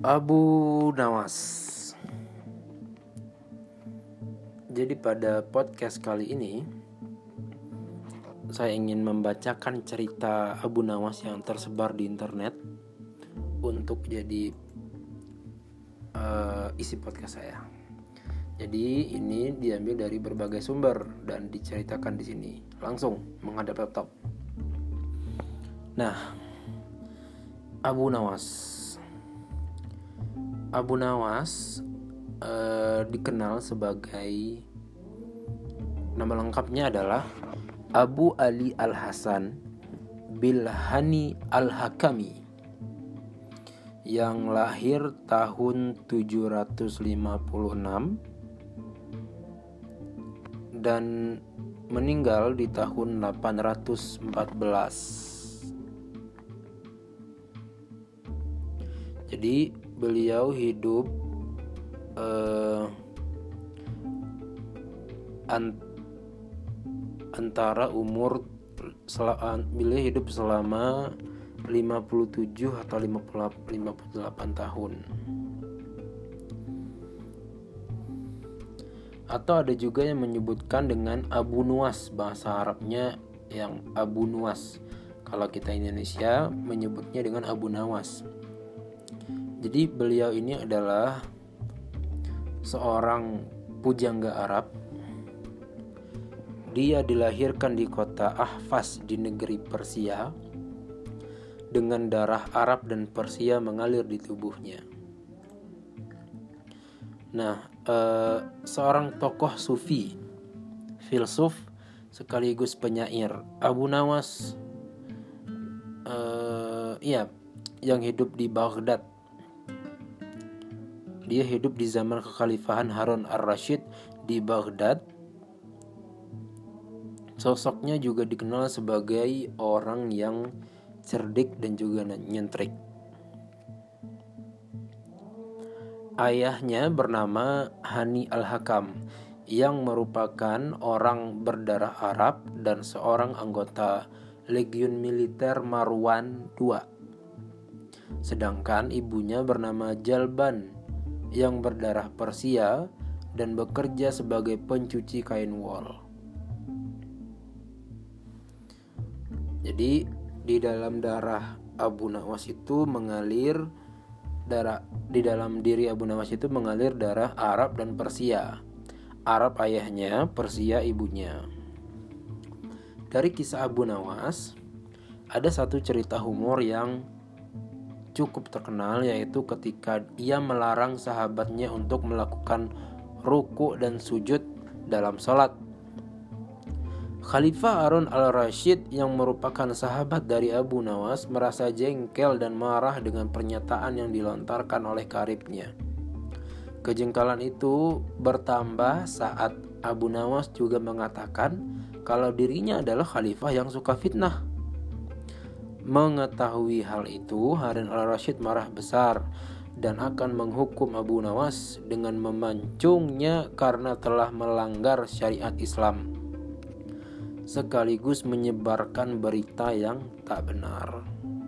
Abu Nawas. Jadi pada podcast kali ini saya ingin membacakan cerita Abu Nawas yang tersebar di internet untuk jadi isi podcast saya. Jadi ini diambil dari berbagai sumber dan diceritakan di sini langsung menghadap laptop. Nah, Abu Nawas dikenal sebagai, nama lengkapnya adalah Abu Ali Al-Hasan Bilhani Al-Hakami, yang lahir tahun 756 dan meninggal di tahun 814. Jadi beliau hidup beliau hidup selama 57 atau 58 tahun. Atau ada juga yang menyebutkan dengan Abu Nuwas, bahasa Arabnya yang Abu Nuwas. Kalau kita Indonesia menyebutnya dengan Abu Nawas. Jadi beliau ini adalah seorang pujangga Arab. Dia dilahirkan di kota Ahvaz di negeri Persia dengan darah Arab dan Persia mengalir di tubuhnya. Nah, seorang tokoh sufi, filsuf sekaligus penyair, Abu Nawas yang hidup di Baghdad. Dia hidup di zaman kekhalifahan Harun ar-Rasyid di Baghdad. Sosoknya juga dikenal sebagai orang yang cerdik dan juga nyentrik. Ayahnya bernama Hani Al-Hakam, yang merupakan orang berdarah Arab dan seorang anggota Legiun Militer Marwan II. Sedangkan ibunya bernama Jalban, yang berdarah Persia dan bekerja sebagai pencuci kain wol. Jadi di dalam darah Abu Nawas itu mengalir di dalam diri Abu Nawas itu mengalir darah Arab dan Persia. Arab ayahnya, Persia ibunya. Dari kisah Abu Nawas ada satu cerita humor yang cukup terkenal, yaitu ketika ia melarang sahabatnya untuk melakukan ruku dan sujud dalam salat. Khalifah Harun al-Rasyid yang merupakan sahabat dari Abu Nawas merasa jengkel dan marah dengan pernyataan yang dilontarkan oleh karibnya. Kejengkelan itu bertambah saat Abu Nawas juga mengatakan kalau dirinya adalah khalifah yang suka fitnah. Mengetahui hal itu, Harun al-Rasyid marah besar dan akan menghukum Abu Nawas dengan memancungnya karena telah melanggar syariat Islam, sekaligus menyebarkan berita yang tak benar.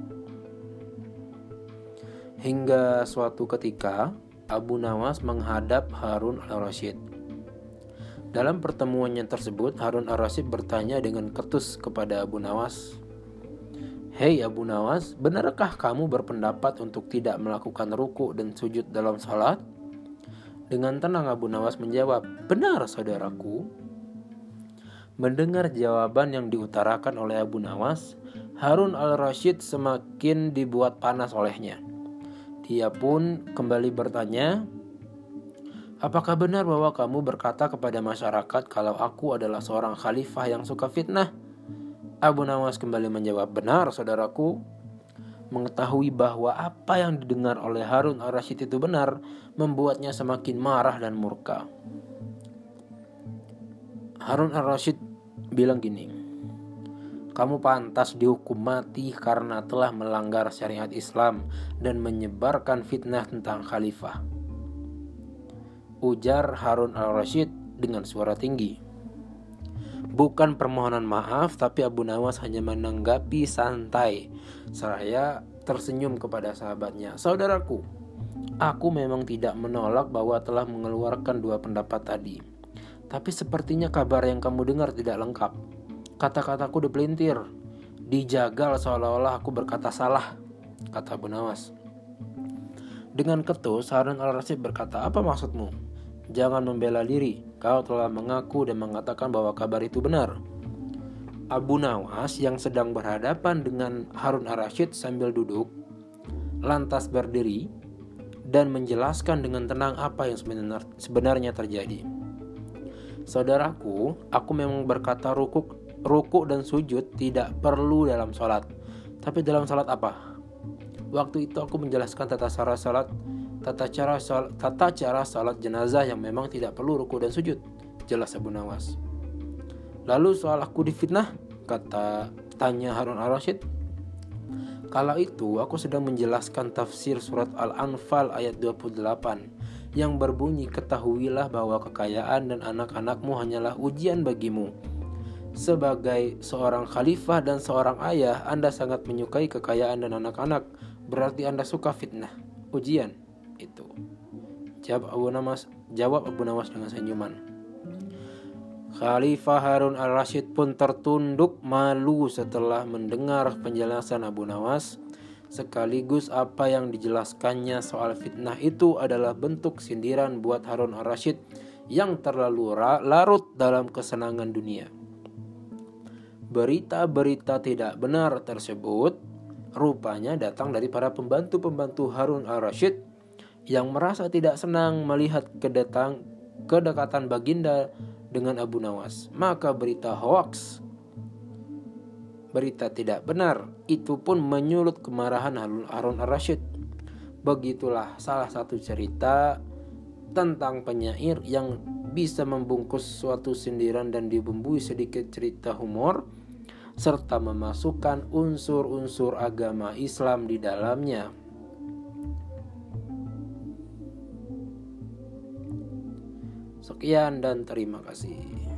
Hingga suatu ketika, Abu Nawas menghadap Harun al-Rasyid. Dalam pertemuannya tersebut, Harun al-Rasyid bertanya dengan ketus kepada Abu Nawas, "Hei Abu Nawas, benarkah kamu berpendapat untuk tidak melakukan ruku dan sujud dalam salat?" Dengan tenang Abu Nawas menjawab, "Benar saudaraku." Mendengar jawaban yang diutarakan oleh Abu Nawas, Harun al-Rasyid semakin dibuat panas olehnya. Dia pun kembali bertanya, "Apakah benar bahwa kamu berkata kepada masyarakat kalau aku adalah seorang khalifah yang suka fitnah?" Abu Nawas kembali menjawab, "Benar saudaraku." Mengetahui bahwa apa yang didengar oleh Harun al-Rasyid itu benar, membuatnya semakin marah dan murka. Harun al-Rasyid bilang gini, "Kamu pantas dihukum mati karena telah melanggar syariat Islam dan menyebarkan fitnah tentang khalifah," ujar Harun al-Rasyid dengan suara tinggi. Bukan permohonan maaf, tapi Abu Nawas hanya menanggapi santai seraya tersenyum kepada sahabatnya. "Saudaraku, Aku memang tidak menolak bahwa telah mengeluarkan dua pendapat tadi. Tapi sepertinya kabar yang kamu dengar tidak lengkap. Kata-kataku dipelintir, dijagal seolah-olah aku berkata salah, kata Abu Nawas. Dengan ketus, Harun al-Rasyid berkata, apa maksudmu? Jangan membela diri, kau telah mengaku dan mengatakan bahwa kabar itu benar. Abu Nawas yang sedang berhadapan dengan Harun al-Rasyid sambil duduk, lantas berdiri dan menjelaskan dengan tenang apa yang sebenarnya terjadi. Saudaraku, aku memang berkata ruku dan sujud tidak perlu dalam sholat. Tapi dalam sholat apa? Waktu itu aku menjelaskan tata cara sholat jenazah yang memang tidak perlu ruku dan sujud, jelas Abu Nawas. Lalu soal aku difitnah, tanya Harun al-Rasyid. Kala itu aku sedang menjelaskan tafsir surat Al-Anfal ayat 28 yang berbunyi, ketahuilah bahwa kekayaan dan anak-anakmu hanyalah ujian bagimu. Sebagai seorang khalifah dan seorang ayah, Anda sangat menyukai kekayaan dan anak-anak. Berarti Anda suka fitnah, ujian itu. Jawab Abu Nawas dengan senyuman. Khalifah Harun al-Rasyid pun tertunduk malu setelah mendengar penjelasan Abu Nawas. Sekaligus apa yang dijelaskannya soal fitnah itu adalah bentuk sindiran buat Harun al-Rasyid yang terlalu larut dalam kesenangan dunia. Berita-berita tidak benar tersebut rupanya datang dari para pembantu-pembantu Harun al-Rasyid yang merasa tidak senang melihat kedekatan baginda dengan Abu Nawas. Maka berita hoaks, berita tidak benar, itu pun menyulut kemarahan Harun al-Rasyid. Begitulah salah satu cerita tentang penyair yang bisa membungkus suatu sindiran dan dibumbui sedikit cerita humor, serta memasukkan unsur-unsur agama Islam di dalamnya. Sekian dan terima kasih.